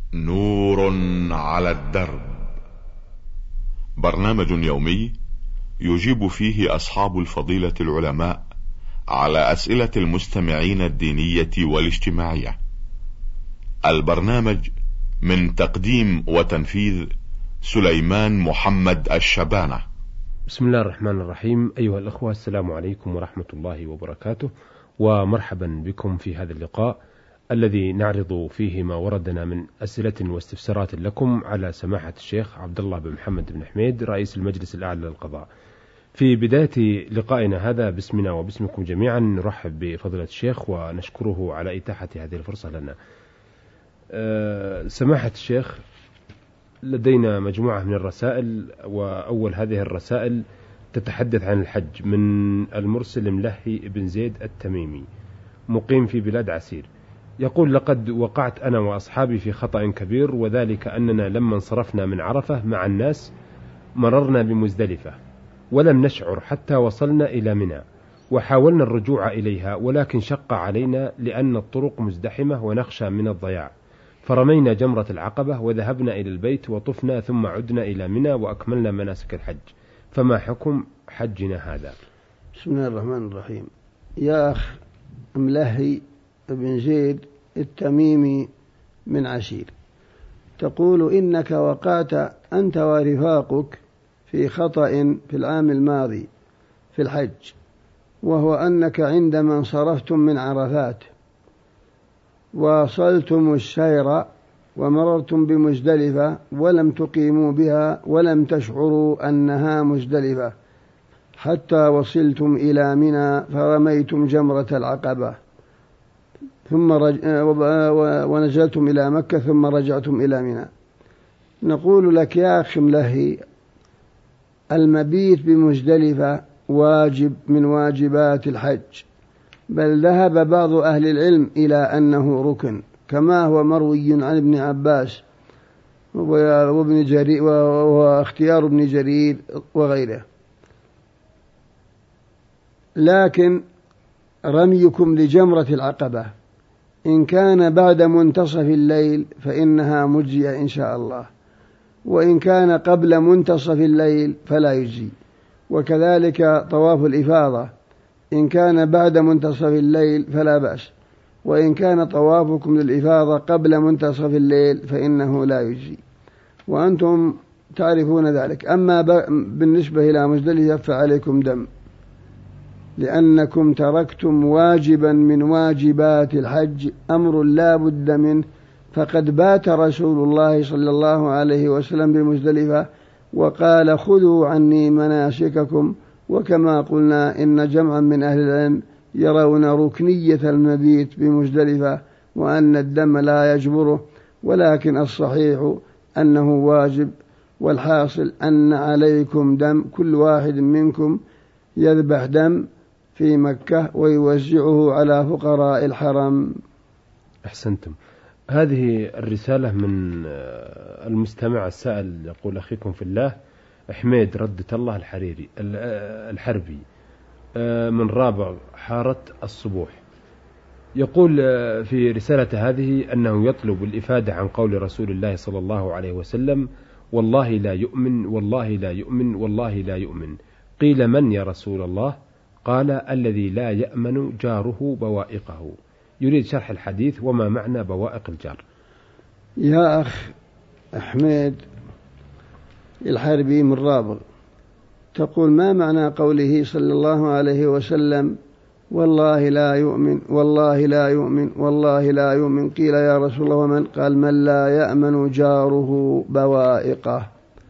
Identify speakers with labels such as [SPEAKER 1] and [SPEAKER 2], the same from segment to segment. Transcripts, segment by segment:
[SPEAKER 1] نور على الدرب، برنامج يومي يجيب فيه أصحاب الفضيلة العلماء على أسئلة المستمعين الدينية والاجتماعية. البرنامج من تقديم وتنفيذ سليمان محمد الشبانة.
[SPEAKER 2] بسم الله الرحمن الرحيم. أيها الأخوة، السلام عليكم ورحمة الله وبركاته، ومرحبا بكم في هذا اللقاء الذي نعرض فيه ما وردنا من أسئلة واستفسارات لكم على سماحة الشيخ عبد الله بن محمد بن حميد رئيس المجلس الأعلى للقضاء. في بداية لقائنا هذا باسمنا وباسمكم جميعا نرحب بفضيلة الشيخ ونشكره على إتاحة هذه الفرصة لنا. سماحة الشيخ، لدينا مجموعة من الرسائل، وأول هذه الرسائل تتحدث عن الحج من المرسل ملهي بن زيد التميمي مقيم في بلاد عسير. يقول: لقد وقعت أنا وأصحابي في خطأ كبير، وذلك أننا لما انصرفنا من عرفة مع الناس مررنا بمزدلفة ولم نشعر حتى وصلنا إلى منى، وحاولنا الرجوع إليها ولكن شق علينا لأن الطرق مزدحمة ونخشى من الضياع، فرمينا جمرة العقبة وذهبنا إلى البيت وطفنا ثم عدنا إلى منى وأكملنا مناسك الحج، فما حكم حجنا هذا؟
[SPEAKER 3] بسم الله الرحمن الرحيم. يا أخ ملهي بن زيد التميمي من عسير، تقول إنك وقعت أنت ورفاقك في خطأ في العام الماضي في الحج، وهو أنك عندما انصرفتم من عرفات واصلتم السير ومررتم بمزدلفة ولم تقيموا بها ولم تشعروا أنها مزدلفة حتى وصلتم إلى منى فرميتم جمرة العقبة ثم ونزلتم إلى مكة ثم رجعتم إلى منى. نقول لك يا أخي ملهي، المبيت بمزدلفة واجب من واجبات الحج، بل ذهب بعض أهل العلم إلى أنه ركن، كما هو مروي عن ابن عباس وابن جرير واختيار ابن جرير وغيره. لكن رميكم لجمرة العقبة إن كان بعد منتصف الليل فإنها مجزية إن شاء الله، وإن كان قبل منتصف الليل فلا يجزي، وكذلك طواف الإفاضة إن كان بعد منتصف الليل فلا بأس، وإن كان طوافكم للإفاضة قبل منتصف الليل فإنه لا يجزي، وأنتم تعرفون ذلك. أما بالنسبة إلى مزدلفة فعليكم دم، لأنكم تركتم واجبا من واجبات الحج، أمر لا بد منه، فقد بات رسول الله صلى الله عليه وسلم بمزدلفة وقال: خذوا عني مناسككم. وكما قلنا إن جمعا من أهل العلم يرون ركنية المبيت بمزدلفة وأن الدم لا يجبره، ولكن الصحيح أنه واجب، والحاصل أن عليكم دم، كل واحد منكم يذبح دم في مكة ويوزعه على فقراء الحرم.
[SPEAKER 2] أحسنتم. هذه الرسالة من المستمع السائل، يقول: أخيكم في الله حميد ردة الله الحربي من رابغ حارة الصبوح. يقول في رسالة هذه أنه يطلب الإفادة عن قول رسول الله صلى الله عليه وسلم: والله لا يؤمن والله لا يؤمن والله لا يؤمن. قيل: من يا رسول الله؟ قال: الذي لا يأمن جاره بوائقه. يريد شرح الحديث وما معنى بوائق الجار.
[SPEAKER 3] يا أخ أحمد الحربي من رابغ، تقول: ما معنى قوله صلى الله عليه وسلم: والله لا يؤمن والله لا يؤمن والله لا يؤمن؟ قيل: يا رسول الله ومن؟ قال: من لا يأمن جاره بوائقه.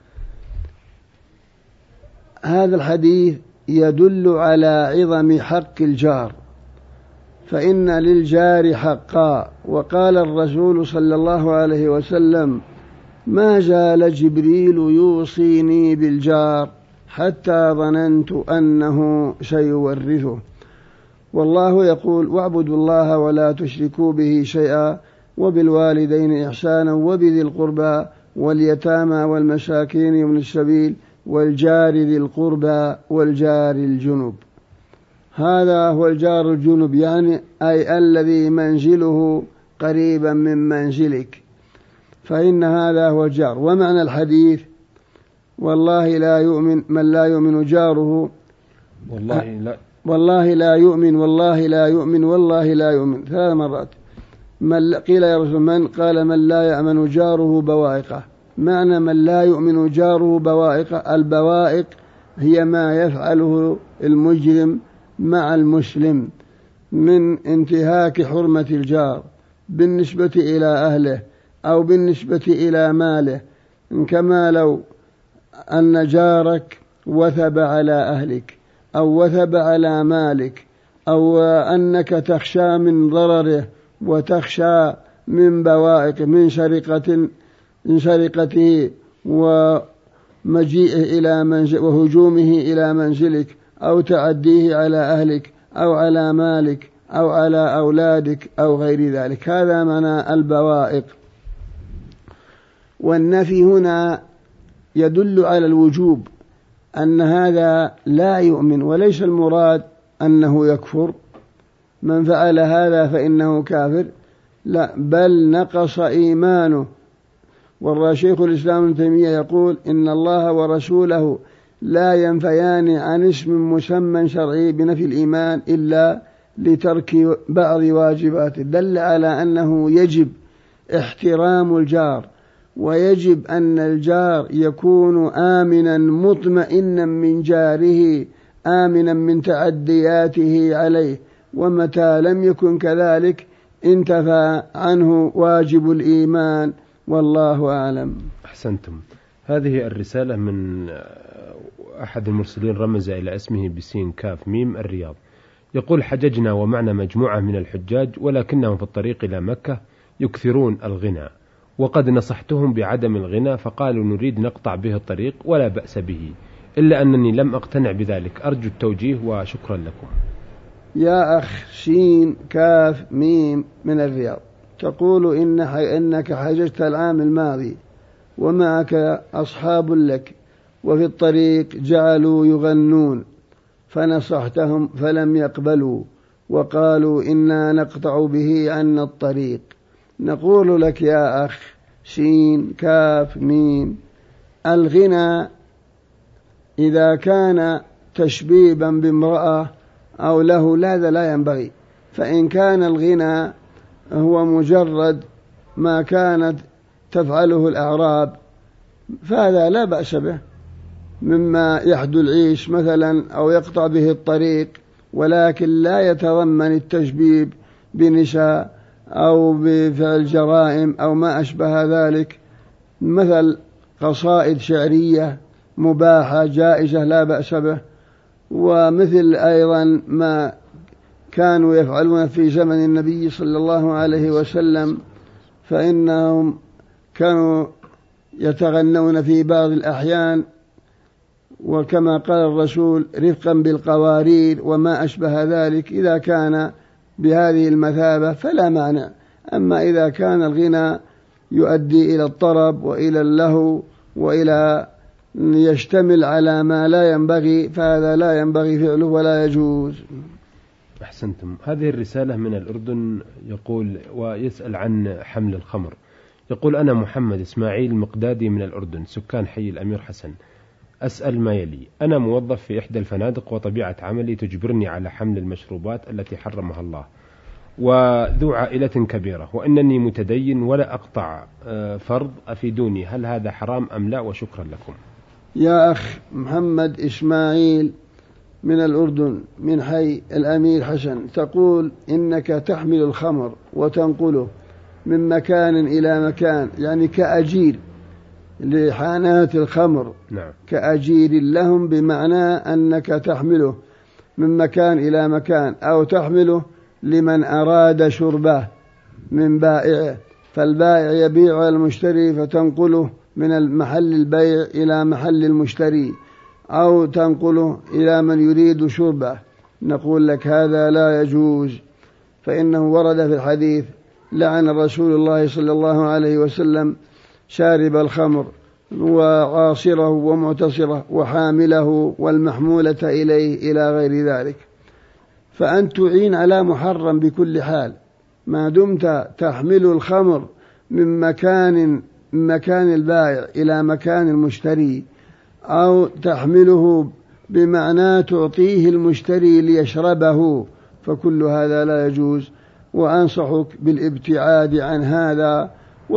[SPEAKER 3] هذا الحديث يدل على عظم حق الجار، فإن للجار حقا، وقال الرسول صلى الله عليه وسلم: ما زال جبريل يوصيني بالجار حتى ظننت أنه سيورثه. والله يقول: واعبدوا الله ولا تشركوا به شيئا وبالوالدين إحسانا وبذي القربى واليتامى والمساكين وابن السبيل والجار ذي القربى والجار الجنب. هذا هو الجار الجنب، يعني أي الذي منزله قريبا من منزلك. فإن هذا هو الجار. ومعنى الحديث والله لا يؤمن من لا يؤمن جاره، والله لا يؤمن والله لا يؤمن والله لا يؤمن 3 مرات. قيل يا رسول من؟ قال من لا يأمن جاره بوائقه. معنى من لا يؤمن جاره بوائقه، البوائق هي ما يفعله المجرم مع المسلم من انتهاك حرمة الجار بالنسبة إلى أهله أو بالنسبة إلى ماله، كما لو أن جارك وثب على أهلك أو وثب على مالك، أو أنك تخشى من ضرره وتخشى من بوائق من سرقته ومجيئه إلى منزل وهجومه إلى منزلك أو تعديه على أهلك أو على مالك أو على أولادك أو غير ذلك. هذا معنى البوائق. والنفي هنا يدل على الوجوب، أن هذا لا يؤمن، وليس المراد أنه يكفر من فعل هذا فإنه كافر، لا، بل نقص إيمانه. والشيخ الإسلام ابن تيمية يقول إن الله ورسوله لا ينفيان عن اسم مسمى شرعي بنفي الإيمان إلا لترك بعض واجباته. دل على أنه يجب احترام الجار، ويجب أن الجار يكون آمنا مطمئنا من جاره، آمنا من تعدياته عليه، ومتى لم يكن كذلك انتفى عنه واجب الإيمان، والله أعلم.
[SPEAKER 2] أحسنتم. هذه الرسالة من أحد المرسلين رمز إلى اسمه بسين كاف ميم الرياض، يقول حججنا ومعنا مجموعة من الحجاج، ولكنهم في الطريق إلى مكة يكثرون الغنى، وقد نصحتهم بعدم الغنى فقالوا نريد نقطع به الطريق ولا بأس به، إلا أنني لم أقتنع بذلك، أرجو التوجيه وشكرا لكم.
[SPEAKER 3] يا أخ شين كاف ميم من الرياض، تقول إنك حججت العام الماضي ومعك أصحاب لك، وفي الطريق جعلوا يغنون فنصحتهم فلم يقبلوا وقالوا إنا نقطع به عنا الطريق. نقول لك يا أخ شين كاف ميم، الغنى إذا كان تشبيبا بامرأة أو له هذا لا ينبغي. فإن كان الغنى هو مجرد ما كانت تفعله الأعراب فهذا لا بأس به، مما يحدو العيش مثلا أو يقطع به الطريق، ولكن لا يتضمن التشبيب بنساء أو بفعل جرائم أو ما أشبه ذلك، مثل قصائد شعرية مباحة جائزة لا بأس به. ومثل أيضا ما كانوا يفعلون في زمن النبي صلى الله عليه وسلم، فإنهم كانوا يتغنون في بعض الأحيان، وكما قال الرسول رفقا بالقوارير وما أشبه ذلك، إذا كان بهذه المثابة فلا مانع. أما إذا كان الغنى يؤدي إلى الطرب وإلى اللهو وإلى يشتمل على ما لا ينبغي فهذا لا ينبغي فعله ولا يجوز.
[SPEAKER 2] أحسنتم. هذه الرسالة من الأردن، يقول ويسأل عن حمل الخمر، يقول أنا محمد إسماعيل مقدادي من الأردن، سكان حي الأمير حسن، أسأل ما يلي: أنا موظف في إحدى الفنادق، وطبيعة عملي تجبرني على حمل المشروبات التي حرمها الله، وذو عائلة كبيرة، وإنني متدين ولا أقطع فرض، أفيدوني هل هذا حرام أم لا؟ وشكرا لكم.
[SPEAKER 3] يا أخ محمد إسماعيل من الأردن من حي الأمير حسن، تقول إنك تحمل الخمر وتنقله من مكان إلى مكان، يعني كأجير لحانات الخمر.
[SPEAKER 2] نعم.
[SPEAKER 3] كأجير لهم، بمعنى أنك تحمله من مكان إلى مكان، أو تحمله لمن أراد شربه من بائعه، فالبائع يبيع على المشتري فتنقله من محل البيع إلى محل المشتري، أو تنقله إلى من يريد شربه. نقول لك هذا لا يجوز، فإنه ورد في الحديث لعن رسول الله صلى الله عليه وسلم شارب الخمر وعاصره ومعتصره وحامله والمحمولة إليه إلى غير ذلك. فأنت تعين على محرم بكل حال، ما دمت تحمل الخمر من مكان من مكان البائع إلى مكان المشتري، أو تحمله بمعنى تعطيه المشتري ليشربه، فكل هذا لا يجوز. وأنصحك بالابتعاد عن هذا،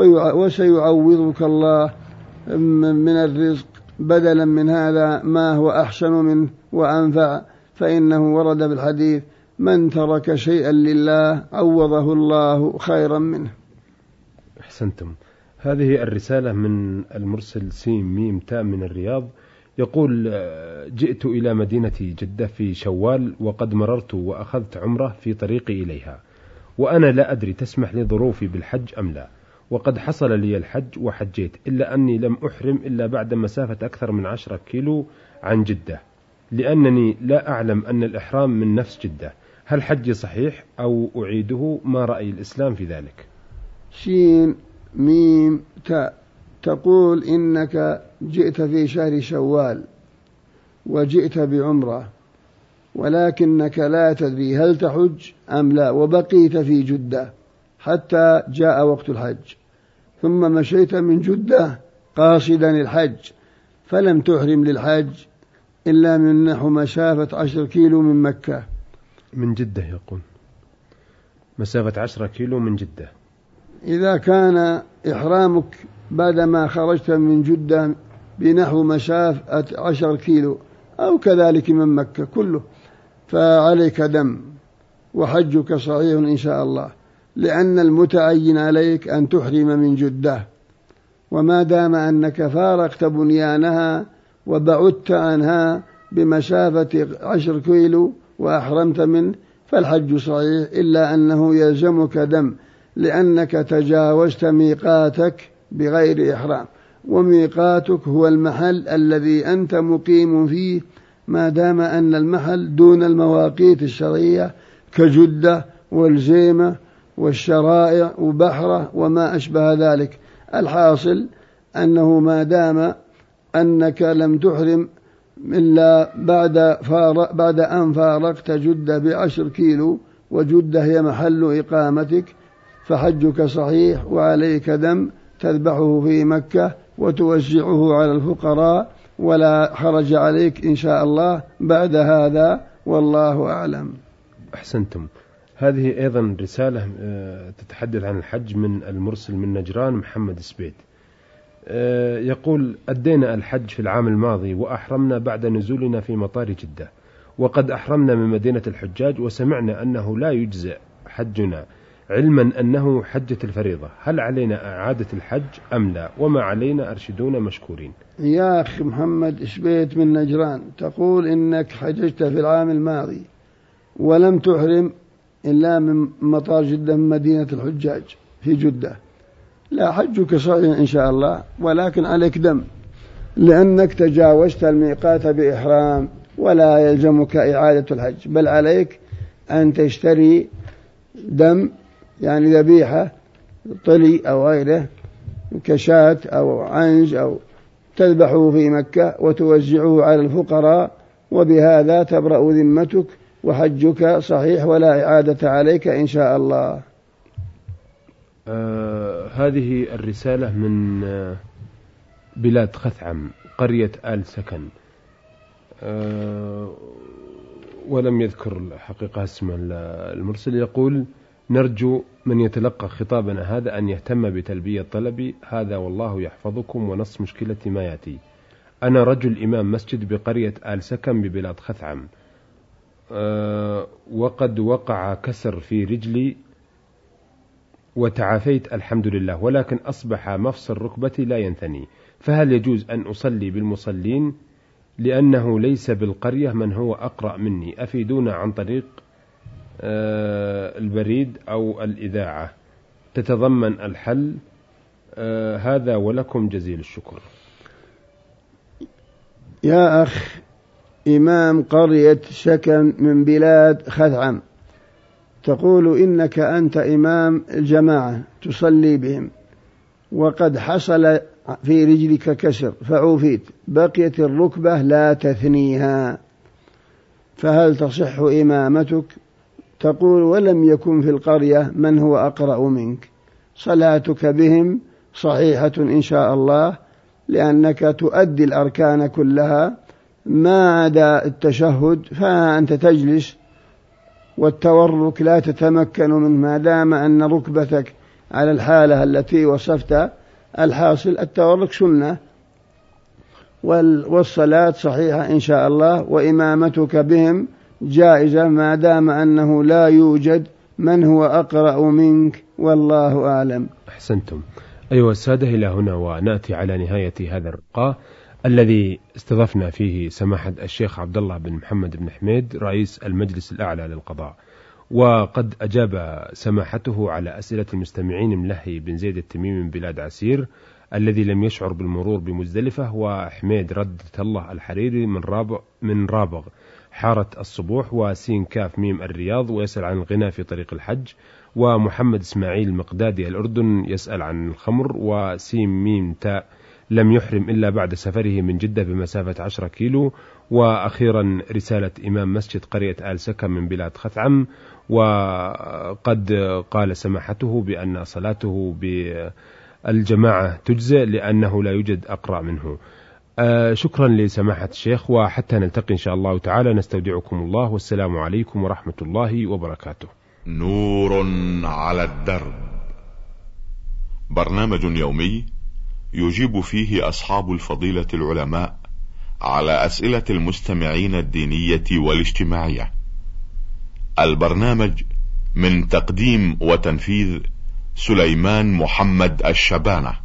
[SPEAKER 3] وسيعوضك الله من الرزق بدلا من هذا ما هو أحسن منه وأنفع، فإنه ورد بالحديث: من ترك شيئا لله عوضه الله خيرا منه.
[SPEAKER 2] أحسنتم. هذه الرسالة من المرسل سين ميم تاء من الرياض، يقول: جئت إلى مدينة جدة في شوال، وقد مررت وأخذت عمرة في طريقي إليها، وأنا لا أدري تسمح لي ظروفي بالحج أم لا، وقد حصل لي الحج وحجيت، إلا أني لم أحرم إلا بعد مسافة أكثر من 10 كيلو عن جدة، لأنني لا أعلم أن الإحرام من نفس جدة. هل حجي صحيح أو أعيده؟ ما رأي الإسلام في ذلك؟
[SPEAKER 3] شين ميم تاء تقول: إنك جئت في شهر شوال وجئت بعمرة، ولكنك لا تدري هل تحج أم لا، وبقيت في جدة حتى جاء وقت الحج، ثم مشيت من جدة قاصدا الحج، فلم تحرم للحج إلا من نحو مسافة 10 كيلو من مكة.
[SPEAKER 2] من جدة يقول مسافة 10 كيلو من جدة.
[SPEAKER 3] إذا كان إحرامك بعدما خرجت من جدة بنحو مسافة 10 كيلو أو كذلك من مكة كله، فعليك دم، وحجك صحيح إن شاء الله، لأن المتعين عليك أن تحرم من جدة، وما دام أنك فارقت بنيانها وبعدت عنها بمسافة 10 كيلو وأحرمت منه، فالحج صحيح، إلا أنه يلزمك دم، لأنك تجاوزت ميقاتك بغير إحرام، وميقاتك هو المحل الذي أنت مقيم فيه، ما دام أن المحل دون المواقيت الشرعية كجدة والزيمة والشرائع وبحرة وما أشبه ذلك. الحاصل أنه ما دام أنك لم تحرم إلا بعد أن فارقت جدة ب10 كيلو، وجدة هي محل إقامتك، فحجك صحيح، وعليك دم تذبحه في مكة وتوزعه على الفقراء، ولا حرج عليك إن شاء الله بعد هذا، والله أعلم.
[SPEAKER 2] أحسنتم. هذه أيضا رسالة تتحدث عن الحج من المرسل من نجران محمد سبيت، يقول: أدينا الحج في العام الماضي، وأحرمنا بعد نزولنا في مطار جدة، وقد أحرمنا من مدينة الحجاج، وسمعنا أنه لا يجزئ حجنا، علما أنه حجة الفريضة. هل علينا إعادة الحج أم لا؟ وما علينا؟ أرشدونا مشكورين.
[SPEAKER 3] يا أخي محمد سبيت من نجران، تقول إنك حججت في العام الماضي ولم تحرم إلا من مطار جدة من مدينة الحجاج في جدة، لا، حجك صحيح إن شاء الله، ولكن عليك دم، لأنك تجاوزت الميقات بإحرام، ولا يلزمك إعادة الحج، بل عليك أن تشتري دم، يعني ذبيحة طلي أو غيره كشاة أو عنز، أو تذبحه في مكة وتوزعه على الفقراء، وبهذا تبرأ ذمتك، وحجك صحيح ولا إعادة عليك إن شاء الله.
[SPEAKER 2] هذه الرسالة من بلاد خثعم، قرية آل سكن، ولم يذكر حقيقة اسم المرسل، يقول: نرجو من يتلقى خطابنا هذا أن يهتم بتلبية طلبي هذا، والله يحفظكم، ونص مشكلتي ما يأتي. أنا رجل إمام مسجد بقرية آل سكن ببلاد خثعم، وقد وقع كسر في رجلي وتعافيت الحمد لله، ولكن أصبح مفصل ركبتي لا ينثني، فهل يجوز أن أصلي بالمصلين؟ لأنه ليس بالقرية من هو أقرأ مني، أفيدونا عن طريق البريد أو الإذاعة تتضمن الحل هذا، ولكم جزيل الشكر.
[SPEAKER 3] يا أخ إمام قرية سكن من بلاد خثعم، تقول إنك أنت إمام الجماعة تصلي بهم، وقد حصل في رجلك كسر فعوفيت، بقيت الركبة لا تثنيها، فهل تصح إمامتك؟ تقول: ولم يكن في القرية من هو أقرأ منك، صلاتك بهم صحيحة إن شاء الله، لأنك تؤدي الأركان كلها ما عدا التشهد، فأنت تجلس والتورك لا تتمكن منه ما دام أن ركبتك على الحالة التي وصفت. الحاصل التورك سنة، والصلاة صحيحة إن شاء الله، وإمامتك بهم جائزة ما دام أنه لا يوجد من هو أقرأ منك، والله أعلم.
[SPEAKER 2] أحسنتم. أيها السادة، إلى هنا ونأتي على نهاية هذا اللقاء الذي استضفنا فيه سماحة الشيخ عبد الله بن محمد بن حميد رئيس المجلس الأعلى للقضاء، وقد أجاب سماحته على أسئلة المستمعين ملهي بن زيد التميمي من بلاد عسير الذي لم يشعر بالمرور بمزدلفة، وحميد ردة الله الحريري من رابغ حارة الصبوح، وسين كاف ميم الرياض ويسأل عن الغناء في طريق الحج، ومحمد إسماعيل المقدادي الأردن يسأل عن الخمر، وسين ميم تاء لم يحرم إلا بعد سفره من جدة بمسافة 10 كيلو، وأخيرا رسالة إمام مسجد قرية آل سكة من بلاد خثعم، وقد قال سماحته بأن صلاته بالجماعة تجزئ لأنه لا يوجد أقرأ منه. شكرا لسماحة الشيخ، وحتى نلتقي إن شاء الله تعالى نستودعكم الله، والسلام عليكم ورحمة الله وبركاته.
[SPEAKER 1] نور على الدرب، برنامج يومي يجيب فيه أصحاب الفضيلة العلماء على أسئلة المستمعين الدينية والاجتماعية. البرنامج من تقديم وتنفيذ سليمان محمد الشبانة.